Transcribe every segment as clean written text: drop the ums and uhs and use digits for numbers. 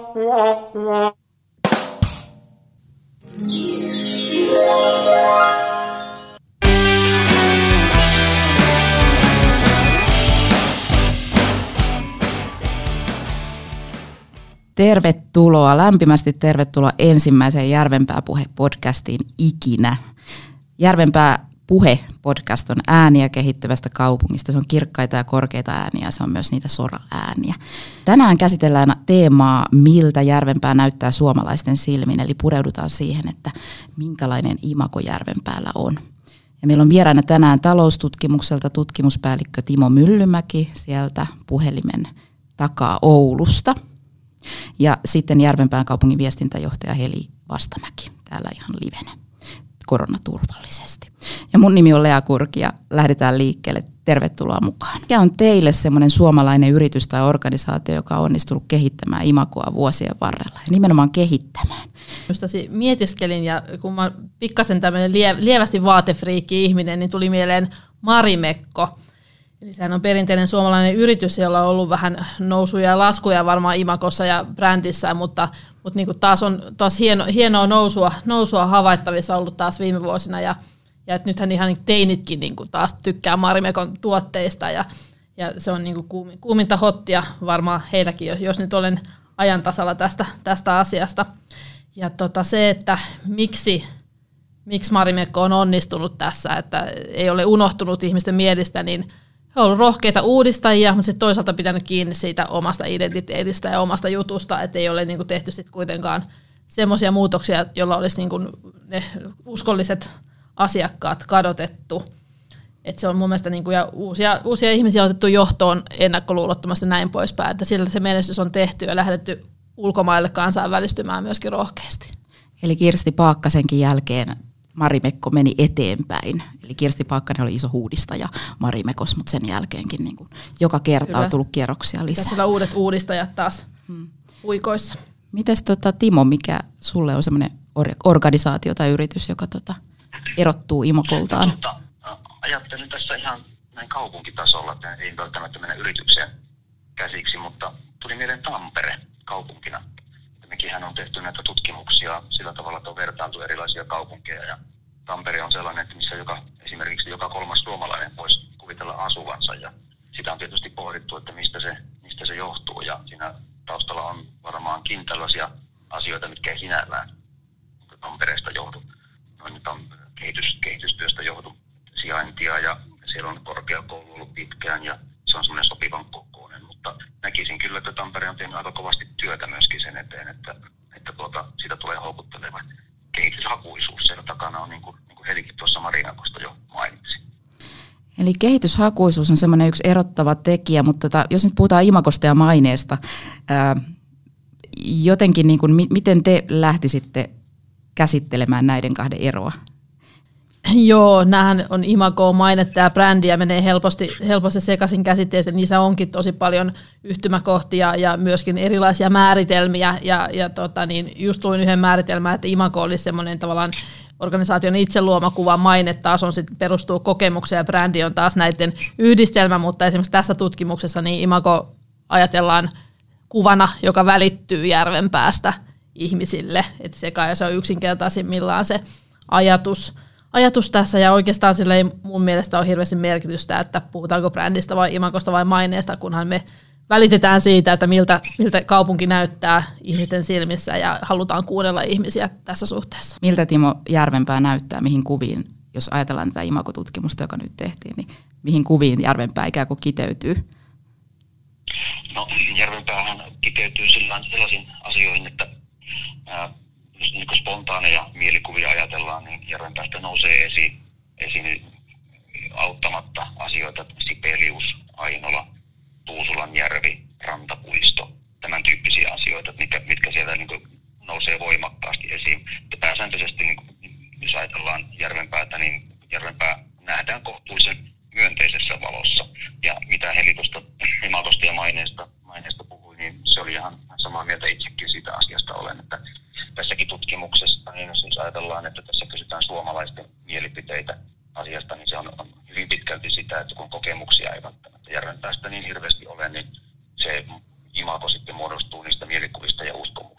Tervetuloa, lämpimästi tervetuloa ensimmäiseen Järvenpää Puhe-podcastiin ikinä. Järvenpää Puhe-podcast on ääniä kehittyvästä kaupungista. Se on kirkkaita ja korkeita ääniä ja se on myös niitä sora-ääniä. Tänään käsitellään teemaa, miltä Järvenpää näyttää suomalaisten silmin, eli pureudutaan siihen, että minkälainen imago Järvenpäällä on. Ja meillä on vieraana tänään taloustutkimukselta tutkimuspäällikkö Timo Myllymäki sieltä puhelimen takaa Oulusta. Ja sitten Järvenpään kaupungin viestintäjohtaja Heli Vastamäki täällä ihan livenä koronaturvallisesti. Ja mun nimi on Lea Kurki ja lähdetään liikkeelle. Tervetuloa mukaan. Mikä on teille semmoinen suomalainen yritys tai organisaatio, joka on onnistunut kehittämään imagoa vuosien varrella ja nimenomaan kehittämään? Justasi mietiskelin ja kun mä pikkasen tämmöinen lievästi vaatefriikki ihminen, niin tuli mieleen Marimekko. Eli sehän on perinteinen suomalainen yritys, jolla on ollut vähän nousuja ja laskuja varmaan imagossa ja brändissä, mutta niin kuin taas on hienoa nousua havaittavissa ollut taas viime vuosina. Ja että nythän ihan teinitkin niin kuin taas tykkää Marimekon tuotteista ja se on niin kuin kuuminta hottia varmaan heilläkin, jos nyt olen ajan tasalla tästä asiasta. Ja se, että miksi Marimekko on onnistunut tässä, että ei ole unohtunut ihmisten mielistä, niin he ovat olleet rohkeita uudistajia, mutta sitten toisaalta pitänyt kiinni siitä omasta identiteetistä ja omasta jutusta, että ei ole niinku tehty sit kuitenkaan semmoisia muutoksia, joilla olisi niinku ne uskolliset asiakkaat kadotettu. Et se on mun mielestä niinku, ja uusia ihmisiä on otettu johtoon ennakkoluulottomasti näin poispäin, että sillä se menestys on tehty ja lähdetty ulkomaille kansainvälistymään myöskin rohkeasti. Eli Kirsti Paakkasenkin jälkeen Marimekko meni eteenpäin. Eli Kirsti Paakkanen oli iso huudistaja Marimekossa, mutta sen jälkeenkin niin kuin joka kerta on tullut kierroksia lisää. Tässä on uudet uudistajat taas uikoissa. Mites Timo, mikä sulle on semmoinen organisaatio tai yritys, joka erottuu imagoltaan? Ajattelin tässä ihan näin kaupunkitasolla, että ei välttämättä mennä yritykseen käsiksi, mutta tuli mieleen Tampere kaupunkina. Mekinhän on tehty näitä tutkimuksia sillä tavalla, että on vertailtu erilaisia kaupunkeja ja Tampere on sellainen, että missä esimerkiksi joka kolmas suomalainen voisi kuvitella asuvansa ja sitä on tietysti pohdittu, että mistä se johtuu ja siinä taustalla on varmaankin tällaisia asioita, mitkä ei sinällään Tampereesta johdu, kehitystyöstä johdu sijaintia ja siellä on korkeakoulu ollut pitkään ja se on semmoinen sopivan kokoinen, mutta näkisin kyllä, että Tampere on tehnyt aika kovasti työtä myöskin sen eteen, että siitä tulee houkutteleva kehityshakuisuus. Siellä takana on niin kuin Helikin tuossa Marimekosta jo mainitsi. Eli kehityshakuisuus on semmoinen yksi erottava tekijä, mutta jos nyt puhutaan imagosta ja maineesta, jotenkin niin kuin, miten te lähtisitte käsittelemään näiden kahden eroa? Joo, näähän on imagoa, mainetta ja brändiä, menee helposti sekaisin käsitteeseen. Niissä onkin tosi paljon yhtymäkohtia ja myöskin erilaisia määritelmiä. Niin just luin yhden määritelmän, että imago olisi semmoinen tavallaan organisaation itse luoma kuva, maine taas on perustuu kokemukseen ja brändi on taas näiden yhdistelmä, mutta esimerkiksi tässä tutkimuksessa niin imago ajatellaan kuvana, joka välittyy Järvenpäästä ihmisille. Että se on yksinkertaisimmillaan se ajatus tässä, ja oikeastaan sillä ei mun mielestä ole hirveästi merkitystä, että puhutaanko brändistä vai imagosta vai maineesta, kunhan me välitetään siitä, että miltä kaupunki näyttää ihmisten silmissä ja halutaan kuunnella ihmisiä tässä suhteessa. Miltä Timo Järvenpää näyttää, mihin kuviin, jos ajatellaan tätä imagotutkimusta, joka nyt tehtiin, niin mihin kuviin Järvenpää ikään kuin kiteytyy? No Järvenpäähän kiteytyy sellaisiin asioihin, että jos niin spontaaneja mielikuvia ajatellaan, niin Järvenpäästä nousee esiin auttamatta asioita, Sibelius, Ainola, Tuusulanjärvi, Rantapuisto, tämän tyyppisiä asioita, mitkä sieltä niin nousee voimakkaasti esiin. Ja pääsääntöisesti, niin jos ajatellaan Järvenpäätä, niin Järvenpää nähdään kohtuullisen myönteisessä valossa. Ja mitä Heli tuosta imagosta ja maineesta puhui, niin se oli ihan samaa mieltä itsekin siitä asiasta olen, että tässäkin tutkimuksessa, niin jos ajatellaan, että tässä kysytään suomalaisten mielipiteitä asiasta, niin se on hyvin pitkälti sitä, että kun kokemuksia ei välttämättä Järvenpäästä niin hirveästi ole, niin se imago sitten muodostuu niistä mielikuvista ja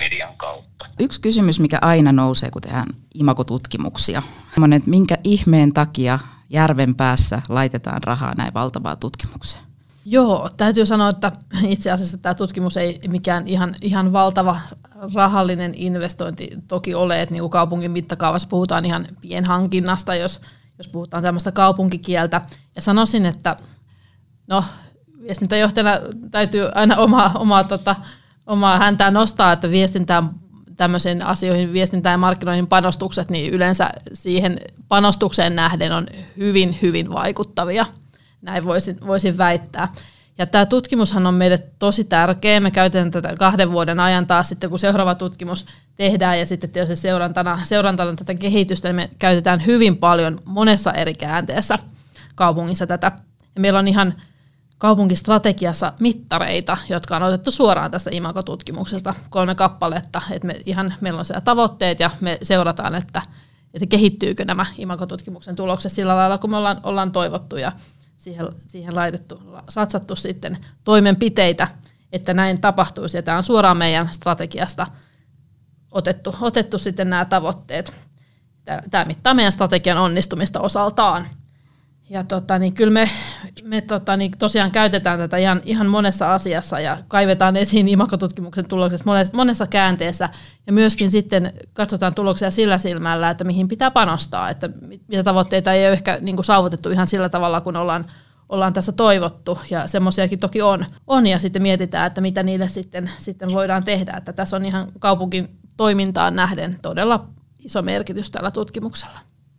median kautta. Yksi kysymys, mikä aina nousee, kun tehdään imagotutkimuksia, on, että minkä ihmeen takia Järvenpäässä laitetaan rahaa näin valtavaa tutkimukseen? Joo, täytyy sanoa, että itse asiassa tämä tutkimus ei mikään ihan valtava rahallinen investointi toki ole, että niin kuin kaupungin mittakaavassa puhutaan ihan pienhankinnasta, jos puhutaan tämmöistä kaupunkikieltä. Ja sanoisin, että viestintäjohtajana täytyy aina omaa häntää nostaa, että tämmöisiin asioihin, viestintään ja markkinoihin panostukset, niin yleensä siihen panostukseen nähden on hyvin, hyvin vaikuttavia. Näin voisin väittää. Ja tämä tutkimushan on meille tosi tärkeä. Me käytetään tätä 2 vuoden ajan taas sitten, kun seuraava tutkimus tehdään ja sitten tietysti seurantana tätä kehitystä, niin me käytetään hyvin paljon monessa eri käänteessä kaupungissa tätä. Ja meillä on ihan kaupunkistrategiassa mittareita, jotka on otettu suoraan tästä Imago-tutkimuksesta, 3 kappaletta. Että meillä on siellä tavoitteet ja me seurataan, että kehittyykö nämä Imago-tutkimuksen tulokset sillä lailla, kun me ollaan toivottu ja siihen satsattu sitten toimenpiteitä, että näin tapahtuisi. Ja tämä on suoraan meidän strategiasta otettu sitten nämä tavoitteet. Tämä mittaa meidän strategian onnistumista osaltaan. Ja kyllä me tosiaan käytetään tätä ihan monessa asiassa ja kaivetaan esiin Imago-tutkimuksen tulokset monessa käänteessä ja myöskin sitten katsotaan tuloksia sillä silmällä, että mihin pitää panostaa, että mitä tavoitteita ei ole ehkä niin kuin saavutettu ihan sillä tavalla, kun ollaan tässä toivottu ja semmoisiakin toki on ja sitten mietitään, että mitä niille sitten voidaan tehdä, että tässä on ihan kaupunkin toimintaan nähden todella iso merkitys tällä tutkimuksella.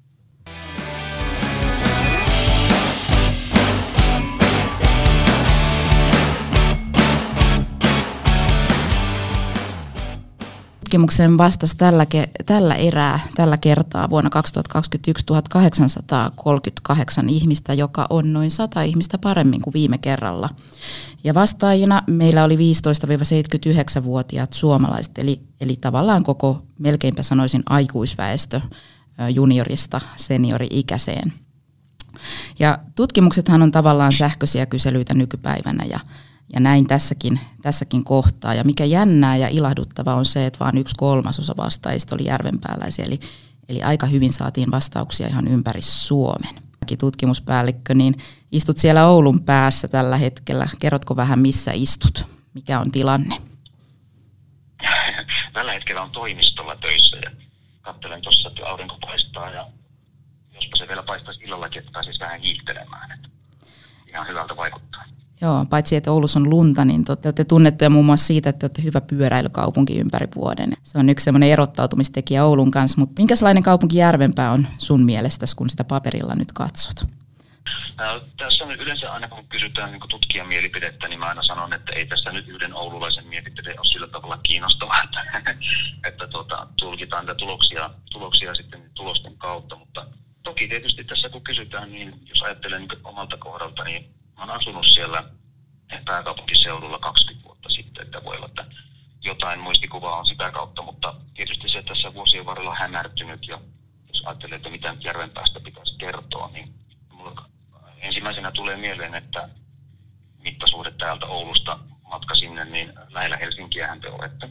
Tutkimukseen vastasi tällä kertaa vuonna 2021 1838 ihmistä, joka on noin 100 ihmistä paremmin kuin viime kerralla. Ja vastaajina meillä oli 15-79-vuotiaat suomalaiset, eli tavallaan koko, melkeinpä sanoisin, aikuisväestö juniorista seniori-ikäiseen. Ja tutkimuksethan on tavallaan sähköisiä kyselyitä nykypäivänä ja näin tässäkin kohtaa. Ja mikä jännää ja ilahduttavaa on se, että vain 1/3 vastaajista oli järvenpääläisiä, eli aika hyvin saatiin vastauksia ihan ympäri Suomen. Tutkimuspäällikkö, niin istut siellä Oulun päässä tällä hetkellä. Kerrotko vähän, missä istut? Mikä on tilanne? Tällä hetkellä on toimistolla töissä ja katselen tuossa, että aurinko paistaa ja jospa se vielä paistaisi illallakin, että pääsisi vähän hiihtelemään. Että ihan hyvältä vaikuttaa. Joo, paitsi että Oulussa on lunta, niin te olette tunnettuja muun muassa siitä, että te olette hyvä pyöräilykaupunki ympäri vuoden. Se on yksi semmoinen erottautumistekijä Oulun kanssa, mutta minkälainen kaupunki Järvenpää on sun mielestäsi, kun sitä paperilla nyt katsot? Tässä on yleensä aina, kun kysytään niin tutkijan mielipidettä, niin mä aina sanon, että ei tässä nyt yhden oululaisen mielipide ole sillä tavalla kiinnostavaa, että tulkitaan näitä tuloksia sitten tulosten kautta, mutta toki tietysti tässä kun kysytään, niin jos ajattelen niin omalta kohdalta, niin mä oon asunut siellä pääkaupunkiseudulla 20 vuotta sitten, että voi olla, että jotain muistikuvaa on sitä kautta, mutta tietysti se tässä vuosien varrella on hämärtynyt ja jos ajattelee, että mitä nyt Järvenpäästä pitäisi kertoa, niin mulla ensimmäisenä tulee mieleen, että mittasuhde täältä Oulusta matka sinne, niin lähellä Helsinkiähän te olette.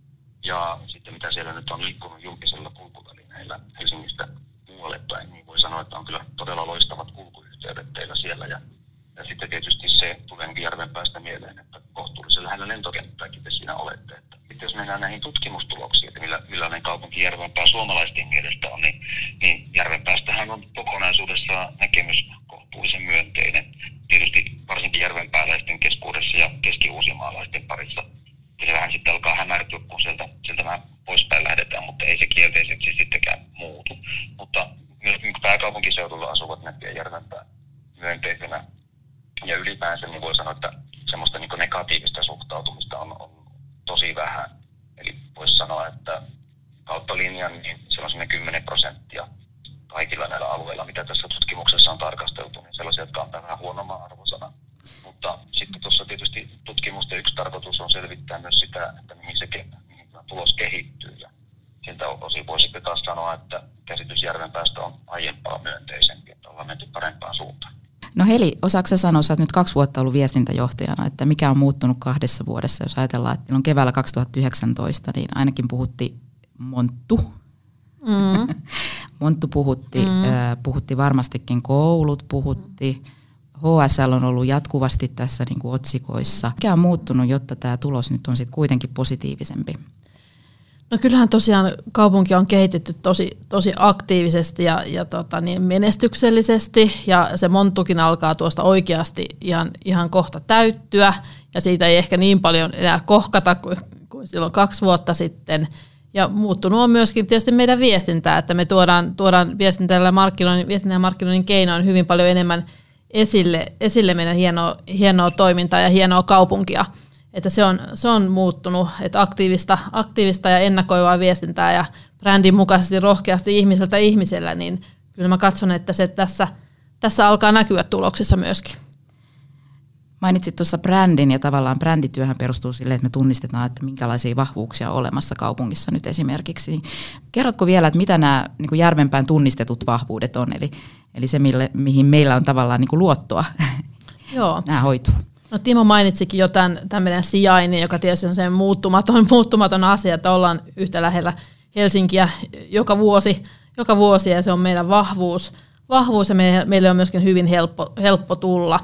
Ja sitten mitä siellä nyt on liikkunut julkisella kulkuvälineillä Helsingistä muualle päin, niin voi sanoa, että on kyllä todella loistavat kulkuyhteydet teillä siellä. Ja sitten tietysti se tulee Järvenpäästä mieleen, että kohtuullisen lähellä lentokenttääkin te siinä olette. Että sitten jos mennään näihin tutkimustuloksiin, että millainen kaupunki Järvenpää suomalaisten mielestä on, niin Järvenpäästähän on kokonaisuudessaan näkemys kohtuullisen myönteinen. Tietysti varsinkin järvenpääläisten keskuudessa ja keski-uusimaalaisten parissa. Ja se vähän sitten alkaa hämärtyä, kun sieltä vähän poispäin lähdetään, mutta ei se kielteiseksi sittenkään muutu. Mutta myös niin pääkaupunkiseudulla asuvat näkee Järvenpää myönteisenä. Ja ylipäänsä niin voi sanoa, että semmoista niin negatiivista suhtautumista on tosi vähän. Eli voisi sanoa, että kautta linjan niin se on semmoinen 10% kaikilla näillä alueilla, mitä tässä tutkimuksessa on tarkasteltu, niin sellaisia, jotka on vähän huonomman arvosana. Mutta sitten tuossa tietysti tutkimusten yksi tarkoitus on selvittää myös sitä, että mihin se tulos kehittyy. Ja siltä osin voi sitten taas sanoa, että käsitys Järvenpäästä on aiempaa myönteisempi, että ollaan menty parempaan suuntaan. No Heli, osaatko sä sanoa, sä oot nyt 2 vuotta ollut viestintäjohtajana, että mikä on muuttunut 2 vuodessa, jos ajatellaan, että on keväällä 2019, niin ainakin puhuttiin Monttu. Monttu puhutti varmastikin koulut, puhutti. HSL on ollut jatkuvasti tässä niin kuin otsikoissa. Mikä on muuttunut, jotta tämä tulos nyt on sitten kuitenkin positiivisempi? No kyllähän tosiaan kaupunki on kehitetty tosi aktiivisesti ja niin menestyksellisesti, ja se Monttukin alkaa tuosta oikeasti ihan kohta täyttyä, ja siitä ei ehkä niin paljon enää kohkata kuin silloin 2 vuotta sitten. Ja muuttunut on myöskin tietysti meidän viestintää, että me tuodaan viestinnän ja markkinoinnin keinoin hyvin paljon enemmän esille meidän hienoa toimintaa ja hienoa kaupunkia. Että se on muuttunut, että aktiivista ja ennakoivaa viestintää ja brändin mukaisesti rohkeasti ihmiseltä ihmisellä, niin kyllä mä katson, että se tässä alkaa näkyä tuloksissa myöskin. Mainitsit tuossa brändin, ja tavallaan brändityöhän perustuu sille, että me tunnistetaan, että minkälaisia vahvuuksia on olemassa kaupungissa nyt esimerkiksi. Kerrotko vielä, että mitä nämä niin kuin Järvenpään tunnistetut vahvuudet on, eli se, mihin meillä on tavallaan niin kuin luottoa. Joo. Nämä hoituu. No Timo mainitsikin jo tämän meidän sijainnin, joka tietysti on se muuttumaton asia, että ollaan yhtä lähellä Helsinkiä joka vuosi, ja se on meidän vahvuus ja meille on myöskin hyvin helppo tulla.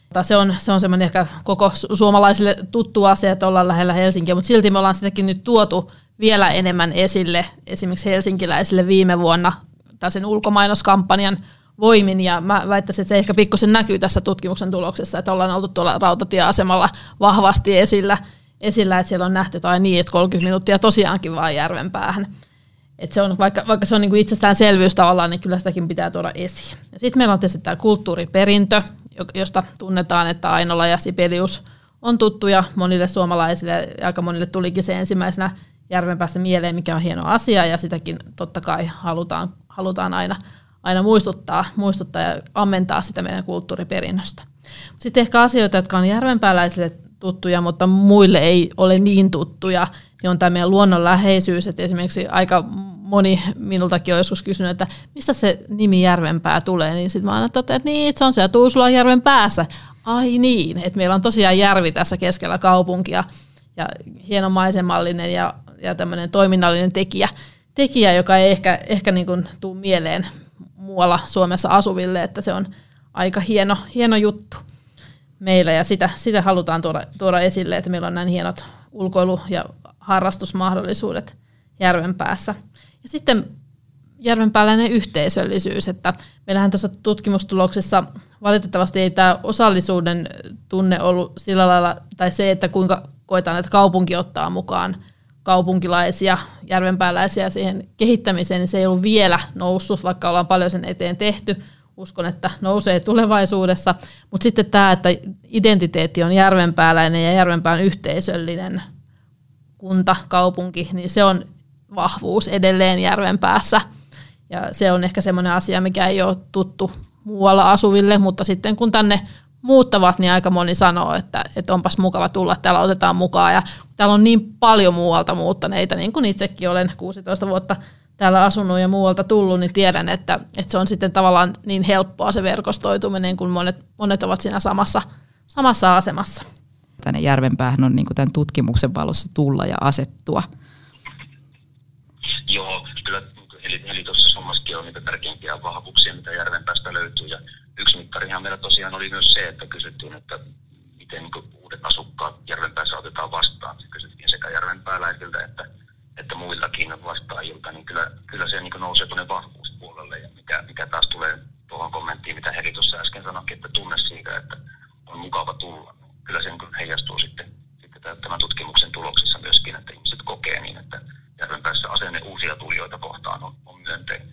Se on semmoinen ehkä koko suomalaisille tuttu asia, että ollaan lähellä Helsinkiä, mutta silti me ollaan sitäkin nyt tuotu vielä enemmän esille esimerkiksi helsinkiläisille viime vuonna sen ulkomainouskampanjan voimin, ja mä väittäisin, että se ehkä pikkusen näkyy tässä tutkimuksen tuloksessa, että ollaan oltu tuolla rautatieasemalla vahvasti esillä, että siellä on nähty tai niin, että 30 minuuttia tosiaankin vaan Järvenpäähän. Että se on, vaikka se on niin kuin itsestäänselvyys tavallaan, niin kyllä sitäkin pitää tuoda esiin. Ja sitten meillä on tietysti tämä kulttuuriperintö, josta tunnetaan, että Ainola ja Sibelius on tuttuja monille suomalaisille, ja aika monille tulikin se ensimmäisenä Järvenpäässä mieleen, mikä on hieno asia, ja sitäkin totta kai halutaan aina muistuttaa ja ammentaa sitä meidän kulttuuriperinnöstä. Sitten ehkä asioita, jotka on järvenpääläisille tuttuja, mutta muille ei ole niin tuttuja, niin on tämä meidän luonnonläheisyys. Että esimerkiksi aika moni minultakin on joskus kysynyt, että mistä se nimi Järvenpää tulee, niin sitten mä aina totean, että niin, se on siellä Tuusulan järven päässä. Ai niin, että meillä on tosiaan järvi tässä keskellä kaupunkia ja hieno maisemallinen ja tämmöinen toiminnallinen tekijä, joka ei ehkä niin kuin tule mieleen muualla Suomessa asuville, että se on aika hieno juttu meillä, ja sitä halutaan tuoda esille, että meillä on näin hienot ulkoilu- ja harrastusmahdollisuudet Järvenpäässä. Ja sitten järvenpääläinen yhteisöllisyys, että meillähän tuossa tutkimustuloksessa valitettavasti ei tämä osallisuuden tunne ollut sillä lailla, tai se, että kuinka koetaan, että kaupunki ottaa mukaan kaupunkilaisia, järvenpääläisiä siihen kehittämiseen, niin se ei ollut vielä noussut, vaikka ollaan paljon sen eteen tehty. Uskon, että nousee tulevaisuudessa. Mutta sitten tämä, että identiteetti on järvenpääläinen ja Järvenpään yhteisöllinen kunta, kaupunki, niin se on vahvuus edelleen Järvenpäässä. Ja se on ehkä semmoinen asia, mikä ei ole tuttu muualla asuville, mutta sitten kun tänne muuttavat, niin aika moni sanoo, että onpas mukava tulla, täällä otetaan mukaan. Ja täällä on niin paljon muualta muuttaneita, niin kuin itsekin olen 16 vuotta täällä asunut ja muualta tullut, niin tiedän, että se on sitten tavallaan niin helppoa se verkostoituminen, kun monet ovat siinä samassa asemassa. Tänne Järvenpäähän on niin kuin tämän tutkimuksen valossa tulla ja asettua. Joo, kyllä eli tuossa sommassakin on niitä tärkeimpiä vahvuuksia, mitä Järvenpäästä löytyy. Ja yksi mittarihan meillä tosiaan oli myös se, että kysyttiin, että miten niin uudet asukkaat Järvenpäässä otetaan vastaan. Kysyttiin sekä järvenpääläisiltä että muiltakin vastaajilta, niin kyllä se niin nousee tuonne vahvuuspuolelle. Ja mikä taas tulee tuohon kommenttiin, mitä Heli tuossa äsken sanoikin, että tunne siitä, että on mukava tulla. Kyllä se niin heijastuu sitten tämän tutkimuksen tuloksissa myöskin, että ihmiset kokee niin, että Järvenpäässä asenne uusia tulijoita kohtaan on myönteinen.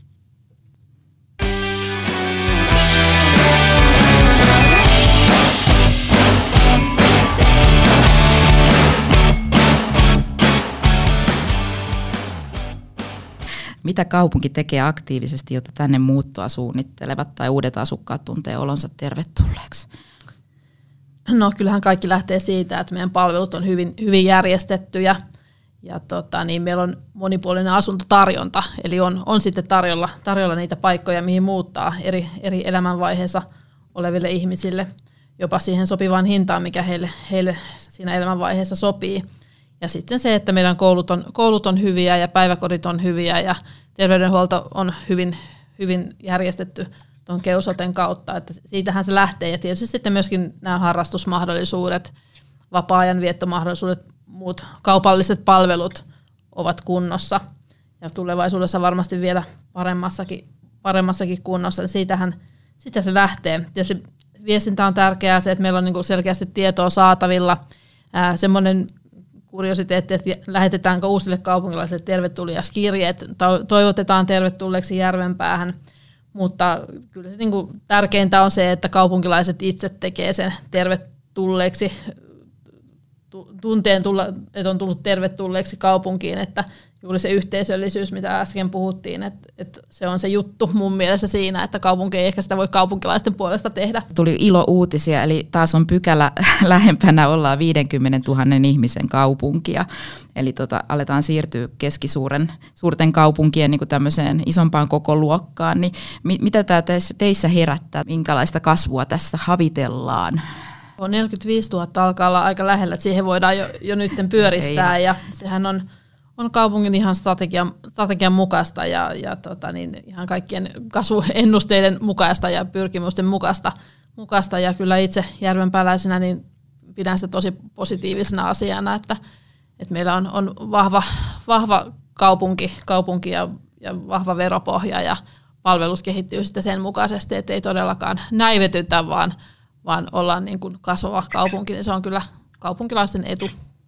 Mitä kaupunki tekee aktiivisesti, jotta tänne muuttoa suunnittelevat tai uudet asukkaat tuntee olonsa tervetulleeksi? No kyllähän kaikki lähtee siitä, että meidän palvelut on hyvin järjestettyjä ja niin meillä on monipuolinen asuntotarjonta, eli on sitten tarjolla niitä paikkoja, mihin muuttaa eri elämänvaiheessa oleville ihmisille jopa siihen sopivaan hintaan, mikä heille siinä elämänvaiheessa sopii. Ja sitten se, että meidän koulut on hyviä ja päiväkodit on hyviä ja terveydenhuolto on hyvin järjestetty tuon Keusoten kautta, että siitähän se lähtee. Ja tietysti sitten myöskin nämä harrastusmahdollisuudet, vapaa-ajan viettomahdollisuudet, muut kaupalliset palvelut ovat kunnossa. Ja tulevaisuudessa varmasti vielä paremmassakin kunnossa. Sitä se lähtee. Ja se viestintä on tärkeää, se, että meillä on niin selkeästi tietoa saatavilla. Semmoinen kuriositeetti, että lähetetäänkö uusille kaupunkilaisille tervetuliaiskirjeet, toivotetaan tervetulleeksi Järvenpäähän, mutta kyllä se niin kuin tärkeintä on se, että kaupunkilaiset itse tekee sen tervetulleeksi, tunteen että on tullut tervetulleeksi kaupunkiin, että juuri se yhteisöllisyys, mitä äsken puhuttiin, että se on se juttu mun mielestä siinä, että kaupunki ei ehkä sitä voi kaupunkilaisten puolesta tehdä. Tuli ilo-uutisia, eli taas on pykälä lähempänä, ollaan 50 000 ihmisen kaupunkia. Eli aletaan siirtyä keskisuurten kaupunkien niin kuin tämmöiseen isompaan kokoluokkaan. Niin mitä tämä teissä herättää? Minkälaista kasvua tässä havitellaan? 45 000 alkaa olla aika lähellä, että siihen voidaan jo nyt pyöristää, ja sehän on kaupungin ihan strategian mukaista ja ihan kaikkien kasvuennusteiden mukaista ja pyrkimysten mukaista. Ja kyllä itse järvenpääläisenä niin pidän sitä tosi positiivisena asiana, että meillä on vahva kaupunki ja vahva veropohja ja palvelut kehittyy sitten sen mukaisesti, että ei todellakaan näivetytä, vaan ollaan niin kuin kasvava kaupunki, niin se on kyllä kaupunkilaisten etu.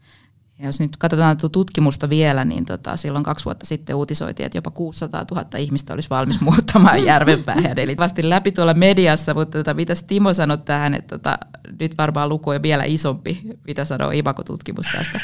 Ja jos nyt katsotaan tutkimusta vielä, niin silloin 2 vuotta sitten uutisoitiin, että jopa 600 000 ihmistä olisi valmis muuttamaan Järvenpäähän. Eli vasti läpi tuolla mediassa, mutta mitäs Timo sanoi tähän, että nyt varmaan luku on vielä isompi. Mitä sanoo Ivako-tutkimus tästä?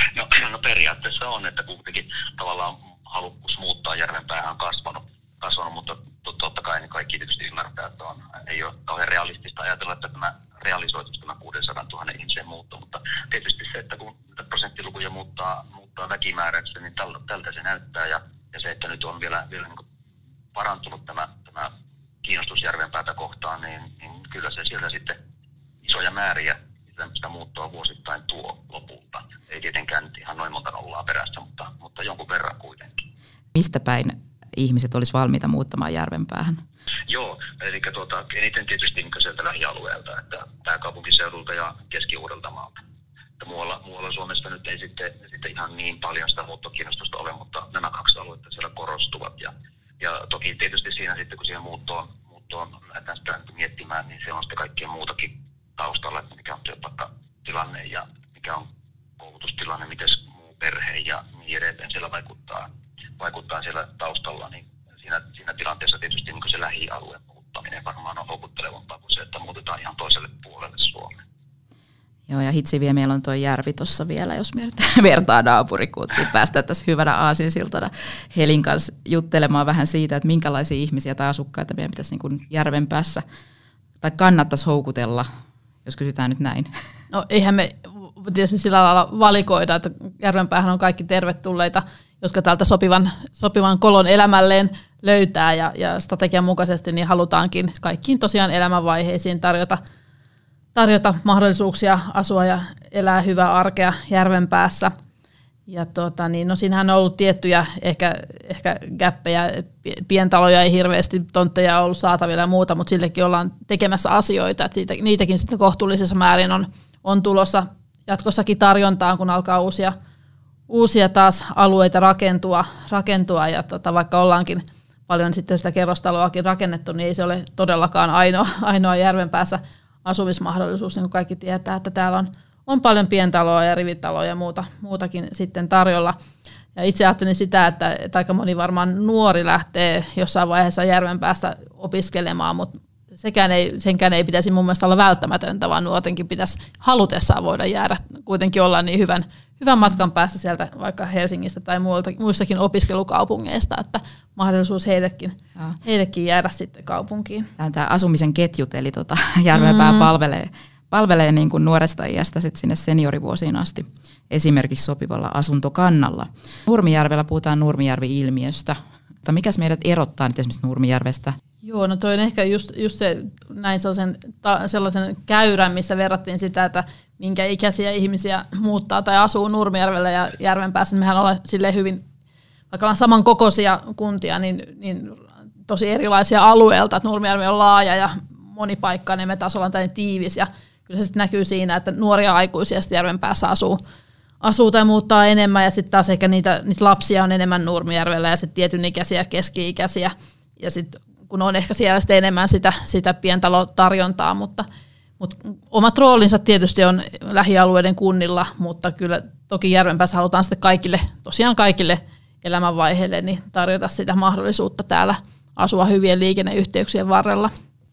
No periaatteessa on, että kuitenkin tavallaan halukkuus muuttaa Järvenpäähän on kasvanut, mutta totta kai niin kaikki tietysti ymmärtää, että ei ole kauhean realistista ajatella, että tämä realisoituisi tämä 600 000 ihmisen muutto, mutta tietysti se, että kun prosenttilukuja muuttaa väkimääräksi, niin tältä se näyttää, ja se, että nyt on vielä niin kuin parantunut tämä kiinnostus Järvenpäätä kohtaan, niin kyllä se sieltä sitten isoja määriä sitä muuttoa vuosittain tuo lopulta. Ei tietenkään nyt ihan noin monta nollaa perässä, mutta jonkun verran kuitenkin. Mistä päin ihmiset olisi valmiita muuttamaan Järvenpäähän? Joo, eli eniten tietysti niin sieltä lähialueelta, että pääkaupunkiseudulta ja Keski-Uudeltamaalta. Muualla Suomessa nyt ei sitten ihan niin paljon sitä muuttokiinnostusta ole, mutta nämä 2 aluetta siellä korostuvat. Ja toki tietysti siinä sitten, kun siihen muuttoon lähdetään sitä miettimään, niin se on sitten kaikkien muutakin taustalla, että mikä on työpaikkatilanne ja mikä on koulutustilanne, miten muu perhe ja niin edelleen siellä vaikuttaa siellä taustalla, niin siinä tilanteessa tietysti niin se lähialueen muuttaminen varmaan on houkuttelevampaa kuin se, että muutetaan ihan toiselle puolelle Suomeen. Joo, ja hitsi vielä meillä on tuo järvi tuossa vielä, jos vertaa naapurikuntiin. Päästään tässä hyvänä aasinsiltana Helin kanssa juttelemaan vähän siitä, että minkälaisia ihmisiä tai asukkaita meidän pitäisi niin kuin Järvenpäässä tai kannattaisi houkutella, jos kysytään nyt näin. No eihän me tietysti sillä lailla valikoida, että Järvenpäähän on kaikki tervetulleita, jotka täältä sopivan kolon elämälleen löytää ja strategian mukaisesti niin halutaankin kaikkiin tosiaan elämänvaiheisiin tarjota mahdollisuuksia asua ja elää hyvää arkea Järvenpäässä. Ja no siinähän on ollut tiettyjä ehkä gäppejä, pientaloja ei hirveästi, tontteja ollut saatavilla ja muuta, mutta sillekin ollaan tekemässä asioita, että niitäkin sitten kohtuullisessa määrin on tulossa jatkossakin tarjontaan, kun alkaa uusia taas alueita rakentua ja vaikka ollaankin paljon sitten sitä kerrostaloakin rakennettu, niin ei se ole todellakaan ainoa Järvenpäässä asumismahdollisuus, niin kuin kaikki tietää, että täällä on paljon pientaloa ja rivitaloja ja muutakin sitten tarjolla. Ja itse ajattelin sitä, että aika moni varmaan nuori lähtee jossain vaiheessa Järvenpäästä opiskelemaan, mutta senkään ei pitäisi mun mielestä olla välttämätöntä, vaan nuortenkin pitäisi halutessaan voida jäädä. Kuitenkin olla niin hyvän matkan päässä sieltä vaikka Helsingistä tai muistakin opiskelukaupungeista, että mahdollisuus heillekin jäädä sitten kaupunkiin. Tämä asumisen ketjut, eli Järvenpää palvelee niin kuin nuoresta iästä sit sinne seniorivuosiin asti esimerkiksi sopivalla asuntokannalla. Nurmijärvellä puhutaan Nurmijärvi-ilmiöstä. Mikäs meidät erottaa nyt esimerkiksi Nurmijärvestä? Joo, no toi on ehkä just se näin sellaisen käyrän, missä verrattiin sitä, että minkä ikäisiä ihmisiä muuttaa tai asuu Nurmijärvellä ja Järvenpäässä. Mehän ollaan silleen hyvin, vaikka ollaan samankokoisia kuntia, niin tosi erilaisia alueelta. Että Nurmijärvi on laaja ja monipaikkainen, me taas ollaan tämmöinen tiivis ja kyllä se sitten näkyy siinä, että nuoria aikuisia sitten Järvenpäässä asuu tai muuttaa enemmän ja sitten taas ehkä niitä lapsia on enemmän Nurmijärvellä ja sitten tietyn ikäisiä, keski-ikäisiä ja sitten kun on ehkä siellä sitten enemmän sitä pientalotarjontaa, mutta omat roolinsa tietysti on lähialueiden kunnilla, mutta kyllä toki Järvenpäässä halutaan sitten kaikille elämänvaiheille niin tarjota sitä mahdollisuutta täällä asua hyvien liikenneyhteyksien varrella.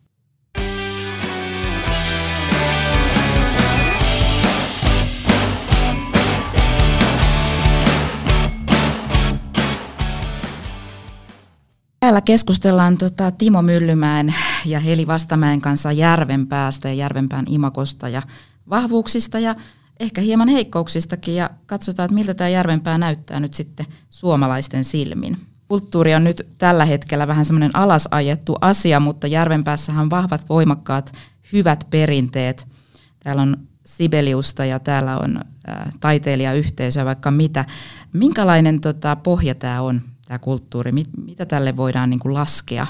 Täällä keskustellaan Timo Myllymäen ja Heli Vastamäen kanssa Järvenpäästä ja Järvenpään imagosta ja vahvuuksista ja ehkä hieman heikkouksistakin ja katsotaan, että miltä tämä Järvenpää näyttää nyt sitten suomalaisten silmin. Kulttuuri on nyt tällä hetkellä vähän semmoinen alasajettu asia, mutta Järvenpäässähän on vahvat, voimakkaat, hyvät perinteet. Täällä on Sibeliusta ja täällä on taiteilijayhteisöä vaikka mitä. Minkälainen pohja tämä on? Tämä kulttuuri, mitä tälle voidaan niin kuin laskea?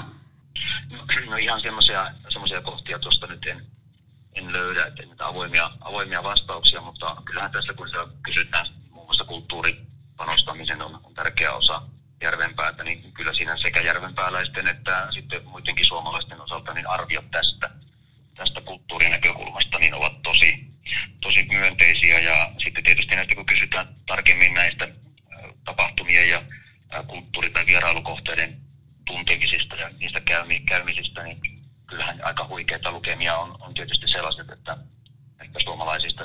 No ihan semmoisia kohtia tuosta nyt en löydä, että niitä avoimia vastauksia, mutta kyllähän tässä kun kysytään muun muassa kulttuuripanostamisen on tärkeä osa Järvenpäätä, niin kyllä siinä sekä järvenpääläisten että sitten muidenkin suomalaisten osalta niin arviot tästä kulttuurin näkökulmasta niin ovat tosi myönteisiä ja sitten tietysti näistä kun kysytään tarkemmin näistä tapahtumien ja kulttuuri- tai vierailukohteiden tuntemisista ja niistä käymisistä, niin kyllähän aika huikeita lukemia on tietysti sellaiset, että suomalaisista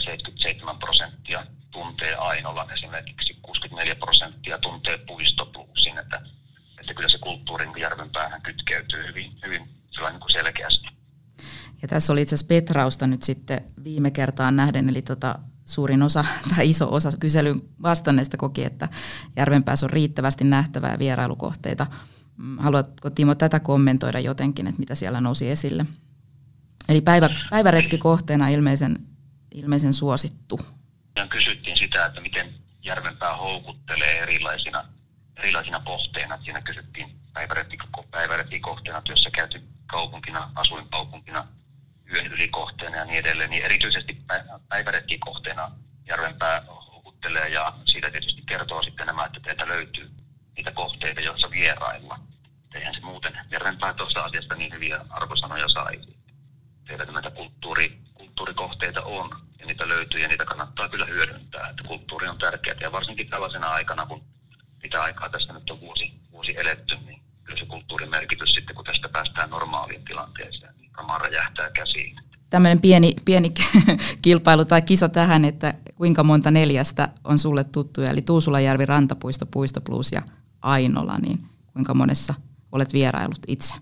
77% tuntee Ainolan, esimerkiksi 64% tuntee Puistopluusin, että kyllä se kulttuuri niin Järvenpäähän kytkeytyy hyvin niin kuin selkeästi. Ja tässä oli itse asiassa petrausta nyt sitten viime kertaan nähden, eli suurin osa tai iso osa kyselyn vastanneista koki, että Järvenpäässä on riittävästi nähtävää vierailukohteita. Haluatko Timo tätä kommentoida jotenkin, että mitä siellä nousi esille? Eli päiväretkikohteena ilmeisen suosittu. Kysyttiin sitä, että miten Järvenpää houkuttelee erilaisina kohteina. Siinä kysyttiin päiväretkikohteena, työssä käyty kaupunkina, asuinkaupunkina, yön ylikohteena ja niin edelleen, niin erityisesti päiväretkikohteena Järvenpää houkuttelee ja siitä tietysti kertoo sitten nämä, että teiltä löytyy niitä kohteita, joissa vierailla. Eihän se muuten Järvenpää tuosta asiasta niin hyviä arvosanoja saisi. Teillä näitä kulttuurikohteita on ja niitä löytyy ja niitä kannattaa kyllä hyödyntää. Että kulttuuri on tärkeää ja varsinkin tällaisena aikana, kun mitä aikaa tässä nyt on vuosi eletty, niin kyllä se kulttuurin merkitys sitten, kun tästä päästään normaaliin tilanteeseen, niin varmaan räjähtää käsiin. Tämmöinen pieni kilpailu tai kisa tähän, että kuinka monta 4 on sulle tuttuja, eli Tuusulajärvi, Rantapuisto, Puistopluus ja Ainola, niin kuinka monessa olet vierailut itse?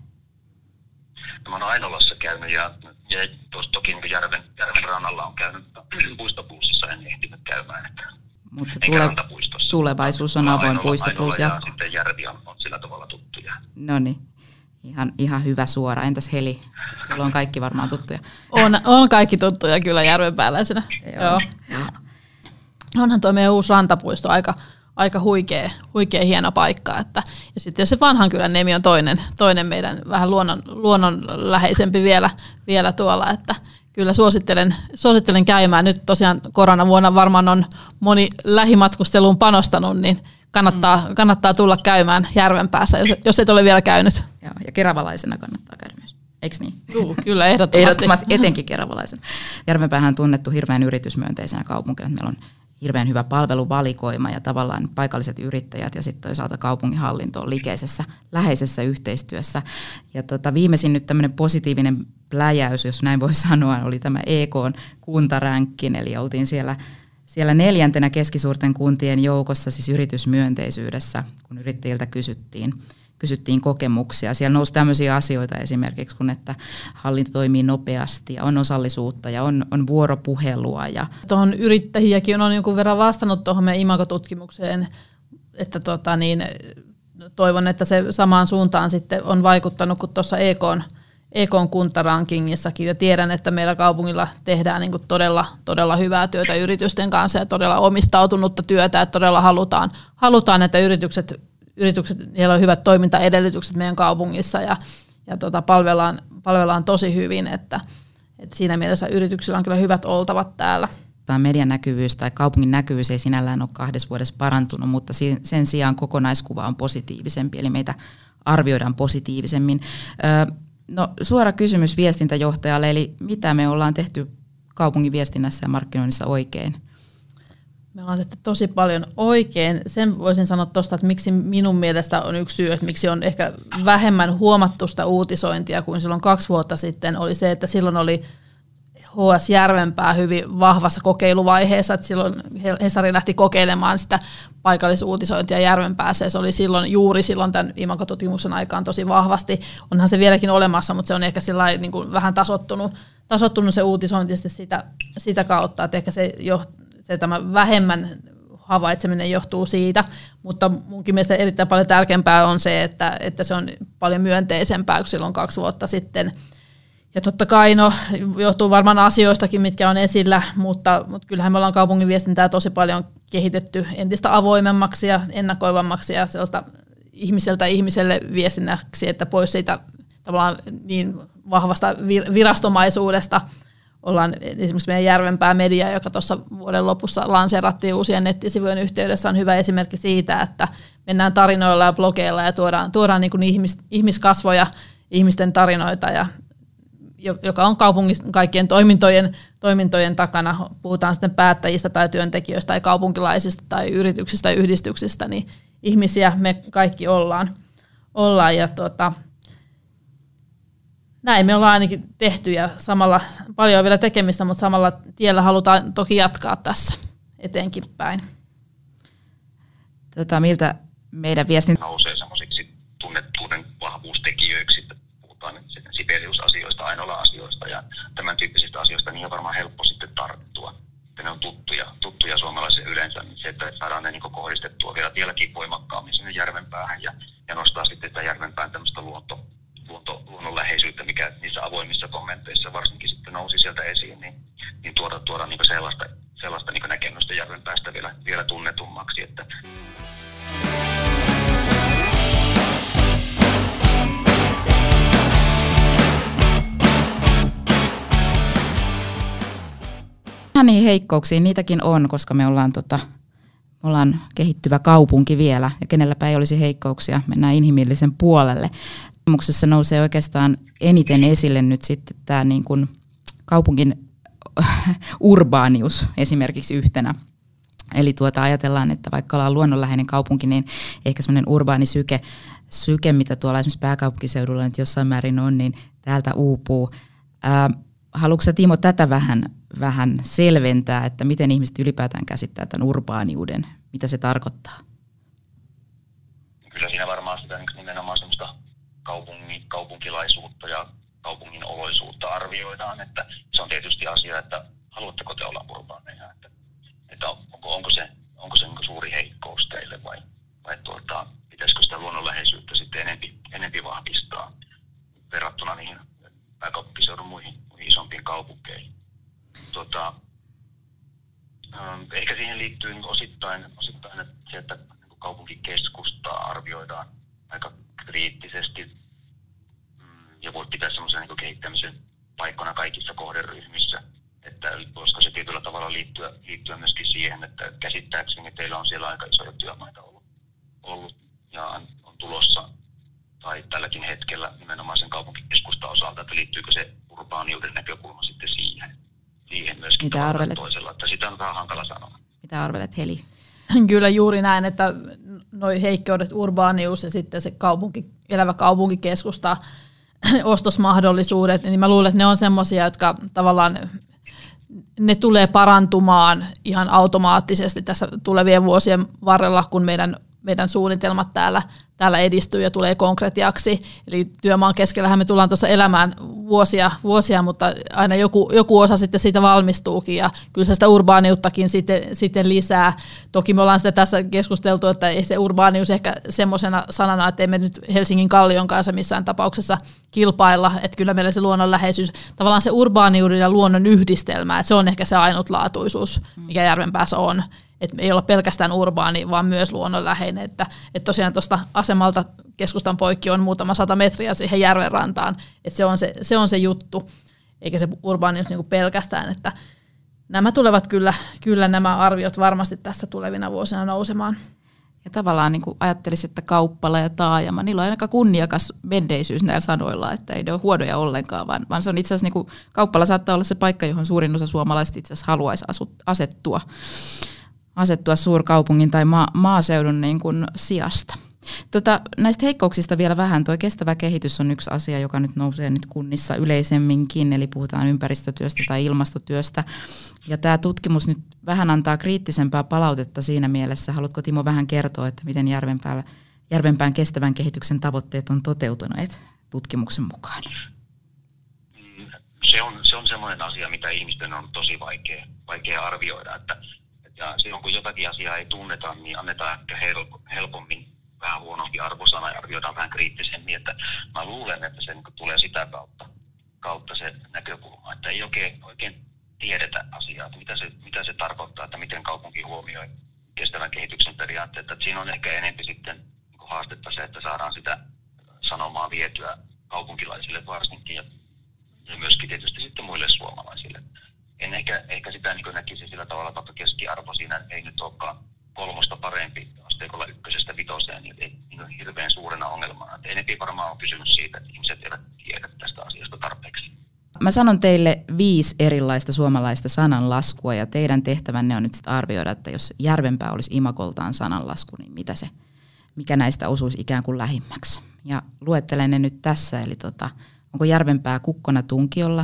Mä oon Ainolassa käynyt ja tuossa toki niin järven rannalla on käynyt, Puistopluusissa en ehtinyt käymään. Että mutta tulevaisuus on avoin, Puistopluus jatkuu. Ja sitten järvi on sillä tavalla tuttuja. No niin, ihan hyvä suora. Entäs Heli? Sulla on kaikki varmaan tuttuja. On kaikki tuttuja kyllä järvenpääläisenä. Joo. Onhan tuo meidän uusi rantapuisto aika huikea hieno paikka. Ja sitten se Vanhankylän Niemi on toinen meidän vähän luonnonläheisempi vielä tuolla, että kyllä suosittelen käymään. Nyt tosiaan koronavuonna varmaan on moni lähimatkusteluun panostanut, niin kannattaa tulla käymään Järvenpäässä, jos et ole vielä käynyt. Joo, ja keravalaisena kannattaa käydä myös, eikö niin? Kyllä, ehdottomasti. Etenkin keravalaisena. Järvenpäähän on tunnettu hirveän yritysmyönteisenä kaupunkina. Meillä on hirveän hyvä palveluvalikoima ja tavallaan paikalliset yrittäjät ja sitten toisaalta kaupunginhallinto on likeisessä, läheisessä yhteistyössä. Ja viimeisin nyt tämmöinen positiivinen pläjäys, jos näin voi sanoa, oli tämä EK:n kuntaränkkin, eli oltiin siellä 4. keskisuurten kuntien joukossa, siis yritysmyönteisyydessä, kun yrittäjiltä kysyttiin kokemuksia. Siellä nousi tämmöisiä asioita esimerkiksi, kun että hallinto toimii nopeasti ja on osallisuutta ja on vuoropuhelua. Ja tuohon yrittäjiäkin on jonkun verran vastannut tuohon meidän Imago-tutkimukseen, että toivon, että se samaan suuntaan sitten on vaikuttanut kuin tuossa EK:n kuntarankingissakin, ja tiedän, että meillä kaupungilla tehdään niin kuin todella hyvää työtä yritysten kanssa ja todella omistautunutta työtä, että todella halutaan että yritykset, niillä on hyvät toimintaedellytykset meidän kaupungissa ja palvellaan tosi hyvin, että siinä mielessä yrityksillä on kyllä hyvät oltavat täällä. Tämä median näkyvyys tai kaupungin näkyvyys ei sinällään ole 2 vuodessa parantunut, mutta sen sijaan kokonaiskuva on positiivisempi, eli meitä arvioidaan positiivisemmin. No, suora kysymys viestintäjohtajalle, eli mitä me ollaan tehty kaupungin viestinnässä ja markkinoinnissa oikein? Me ollaan tehty tosi paljon oikein. Sen voisin sanoa tuosta, että miksi minun mielestä on yksi syy, että miksi on ehkä vähemmän huomattu sitä uutisointia kuin silloin 2 vuotta sitten, oli se, että silloin oli HS Järvenpää hyvin vahvassa kokeiluvaiheessa, että silloin Hesari lähti kokeilemaan sitä paikallisuutisointia Järvenpäässä, ja se oli juuri silloin tämän Imago-tutkimuksen aikaan tosi vahvasti. Onhan se vieläkin olemassa, mutta se on ehkä sillain, niin kuin vähän tasoittunut se uutisointi sitä kautta, että ehkä se tämä vähemmän havaitseminen johtuu siitä, mutta munkin mielestä erittäin paljon tärkeämpää on se, että se on paljon myönteisempää kuin silloin 2 vuotta sitten. Ja totta kai johtuu varmaan asioistakin, mitkä on esillä, mutta kyllähän me ollaan kaupungin viestintää tosi paljon kehitetty entistä avoimemmaksi ja ennakoivammaksi ja sellaista ihmiseltä ihmiselle viestinnäksi, että pois siitä tavallaan niin vahvasta virastomaisuudesta ollaan esimerkiksi meidän Järvenpää Media, joka tuossa vuoden lopussa lanseerattiin uusien nettisivujen yhteydessä, on hyvä esimerkki siitä, että mennään tarinoilla ja blogeilla ja tuodaan niin kuin ihmiskasvoja, ihmisten tarinoita, joka on kaupungin kaikkien toimintojen takana. Puhutaan sitten päättäjistä tai työntekijöistä tai kaupunkilaisista tai yrityksistä tai yhdistyksistä, niin ihmisiä me kaikki ollaan ja näin me ollaan ainakin tehty ja samalla paljon on vielä tekemistä, mutta samalla tiellä halutaan toki jatkaa tässä eteenkin päin. Miltä meidän viestintä nousee semmoisiksi tunnettuuden vahvuustekijöiksi, että puhutaan Sibelius-asioista, Ainola-asioista ja tämän tyyppisistä asioista, niin on varmaan helppo sitten tarttua. Että ne on tuttuja suomalaisille yleensä, niin se, että saadaan ne niin kohdistettua vieläkin voimakkaammin sinne Järvenpäähän ja nostaa sitten tätä Järvenpään tämmöistä luonnonläheisyyttä, mikä niissä avoimissa kommenteissa varsinkin sitten nousi sieltä esiin, niin tuoda niin sellaista niin näkemystä Järvenpäästä vielä tunnetummaksi. Että niihin heikkouksiin, niitäkin on, koska me ollaan kehittyvä kaupunki vielä, ja kenelläpä ei olisi heikkouksia, mennään inhimillisen puolelle. Tutkimuksessa nousee oikeastaan eniten esille nyt sitten tämä niin kuin kaupungin urbaanius esimerkiksi yhtenä. Eli ajatellaan, että vaikka ollaan luonnonläheinen kaupunki, niin ehkä semmoinen urbaani syke, mitä tuolla esimerkiksi pääkaupunkiseudulla nyt jossain määrin on, niin täältä uupuu. Haluatko sä, Timo, tätä vähän selventää, että miten ihmiset ylipäätään käsittää tämän urbaaniuden, mitä se tarkoittaa? Kyllä siinä varmaan sitä nimenomaan semmoista kaupunkilaisuutta ja kaupungin oloisuutta arvioidaan, että se on tietysti asia, että haluatteko te olla urbaaneja, että onko se niin suuri heikkous teille vai pitäisikö sitä luonnonläheisyyttä sitten enempi vahvistaa verrattuna niihin pääkaupunkiseudun muihin isompiin kaupunkeihin. Ehkä siihen liittyy osittain että se, että kaupunkikeskustaa arvioidaan aika kriittisesti ja voi pitää semmoisen niin kehittämisen paikkana kaikissa kohderyhmissä, että voisiko se tietyllä tavalla liittyä myöskin siihen, että käsittääkseni teillä on siellä aika isoja työmaita ollut ja on tulossa tai tälläkin hetkellä nimenomaan sen kaupunkikeskustan osalta, että liittyykö se urbaaniuden näkökulma sitten siihen myöskin toisella, että sitä on vähän hankala sanoa. Mitä arvelet, Heli? Kyllä juuri näin, että noi heikkoudet, urbaanius ja sitten se elävä kaupunkikeskusta, ostosmahdollisuudet, niin mä luulen, että ne on semmoisia, jotka tavallaan ne tulee parantumaan ihan automaattisesti tässä tulevien vuosien varrella, kun meidän meidän suunnitelmat täällä edistyy ja tulee konkretiaksi. Eli työmaan keskellähän me tullaan tuossa elämään vuosia, mutta aina joku osa sitten siitä valmistuukin ja kyllä se sitä urbaaniuttakin sitten lisää. Toki me ollaan sitä tässä keskusteltu, että ei se urbaanius ehkä semmoisena sanana, että ei me nyt Helsingin Kallion kanssa missään tapauksessa kilpailla, että kyllä meillä se luonnonläheisyys, tavallaan se urbaaniuden ja luonnon yhdistelmä, että se on ehkä se ainutlaatuisuus, mikä Järvenpäässä on. Että ei olla pelkästään urbaani, vaan myös luonnonläheinen. Että tosiaan tuosta asemalta keskustan poikki on muutama 100 metriä siihen järven rantaan. Että se on se juttu, eikä se urbaanius niinku pelkästään. Että nämä tulevat kyllä nämä arviot varmasti tässä tulevina vuosina nousemaan. Ja tavallaan niin ajattelisin, että kauppala ja taajama, niillä on aika kunniakas menneisyys näillä sanoilla, että ei ne ole huonoja ollenkaan, vaan se on itse asiassa, niin kauppala saattaa olla se paikka, johon suurin osa suomalaiset itse asiassa haluaisi asettua suurkaupungin tai maaseudun niin kuin sijasta. Näistä heikkouksista vielä vähän. Tuo kestävä kehitys on yksi asia, joka nyt nousee nyt kunnissa yleisemminkin, eli puhutaan ympäristötyöstä tai ilmastotyöstä. Ja tämä tutkimus nyt vähän antaa kriittisempää palautetta siinä mielessä. Haluatko Timo vähän kertoa, että miten Järvenpään kestävän kehityksen tavoitteet on toteutuneet tutkimuksen mukaan? Se on semmoinen asia, mitä ihmisten on tosi vaikea arvioida, ja silloin kun jotakin asiaa ei tunneta, niin annetaan ehkä helpommin vähän huonompi arvosana ja arvioidaan vähän kriittisemmin, että mä luulen, että se tulee sitä kautta se näkökulma, että ei oikein tiedetä asiaa, että mitä se tarkoittaa, että miten kaupunki huomioi kestävän kehityksen periaatteet, että siinä on ehkä enemmän sitten haastetta se, että saadaan sitä sanomaa vietyä kaupunkilaisille varsinkin ja myöskin tietysti sitten muille suomalaisille. En ehkä sitä niin näkisi sillä tavalla, että keskiarvo siinä ei nyt olekaan 3 parempi asteikolla 1-5, niin ei niin hirveän suurena ongelmana. Enempi varmaan on kysymys siitä, että ihmiset eivät tiedä tästä asiasta tarpeeksi. Mä sanon teille 5 erilaista suomalaista sananlaskua ja teidän tehtävänne on nyt sit arvioida, että jos Järvenpää olisi imakoltaan sananlasku, niin mikä näistä osuisi ikään kuin lähimmäksi. Ja luettelen ne nyt tässä, eli onko Järvenpää kukkona tunkiolla?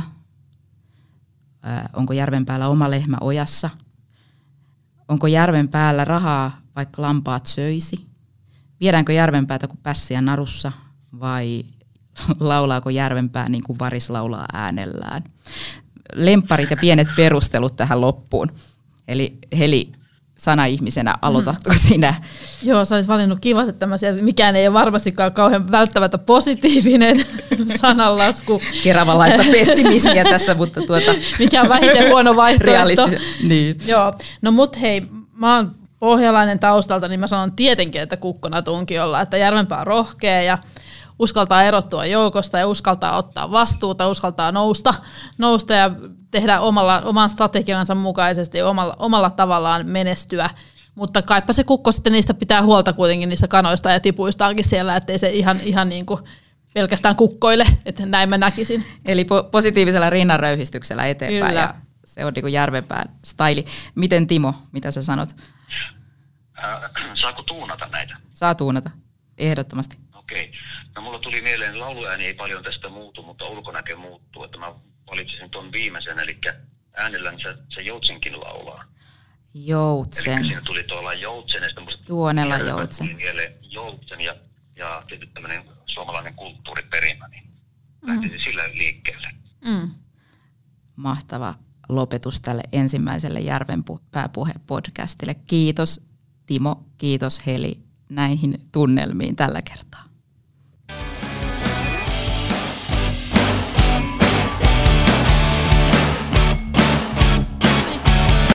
Onko Järvenpäällä oma lehmä ojassa? Onko Järvenpäällä rahaa, vaikka lampaat söisi? Viedäänkö Järvenpäätä kuin pässiä narussa vai laulaako Järvenpää niin kuin varis laulaa äänellään? Lempparit ja pienet perustelut tähän loppuun. Eli Heli, sana-ihmisenä, aloitatko sinä? Joo, sä olisit valinnut kivasti tämmöisiä, että mikään ei ole varmastikaan kauhean välttämättä positiivinen sananlasku. Keravalaista pessimismiä tässä, mutta mikä on vähiten huono vaihtoehto. Niin. Joo, no mut hei, mä oon pohjalainen taustalta, niin mä sanon tietenkin, että kukkona tunkiolla, että Järvenpää on rohkea ja uskaltaa erottua joukosta ja uskaltaa ottaa vastuuta, uskaltaa nousta ja tehdä oman strategiansa mukaisesti omalla tavallaan menestyä. Mutta kaipa se kukko sitten niistä pitää huolta kuitenkin niistä kanoista ja tipuistaankin siellä, ettei se ihan niin kuin pelkästään kukkoille, että näin mä näkisin. Eli positiivisella rinnanröyhistyksellä eteenpäin. Kyllä. Ja se on niin kuin Järvenpään staili. Miten Timo, mitä sä sanot? Saako tuunata näitä? Saa tuunata, ehdottomasti. Okei. No mulla tuli mieleen, lauluääni ei paljon tästä muutu, mutta ulkonäkö muuttuu. Että mä valitsisin ton viimeisen, eli äänelläni se joutsenkin laulaa. Joutsen. Eli siinä tuli tuolla joutsen, ja sitten Tuonella joutsen. Tuli mieleen joutsen ja tietysti tämmöinen suomalainen kulttuuriperimä, niin lähtisin sillä liikkeelle. Mahtava lopetus tälle ensimmäiselle Järvenpää-puhe-podcastille. Kiitos Timo, kiitos Heli näihin tunnelmiin tällä kertaa.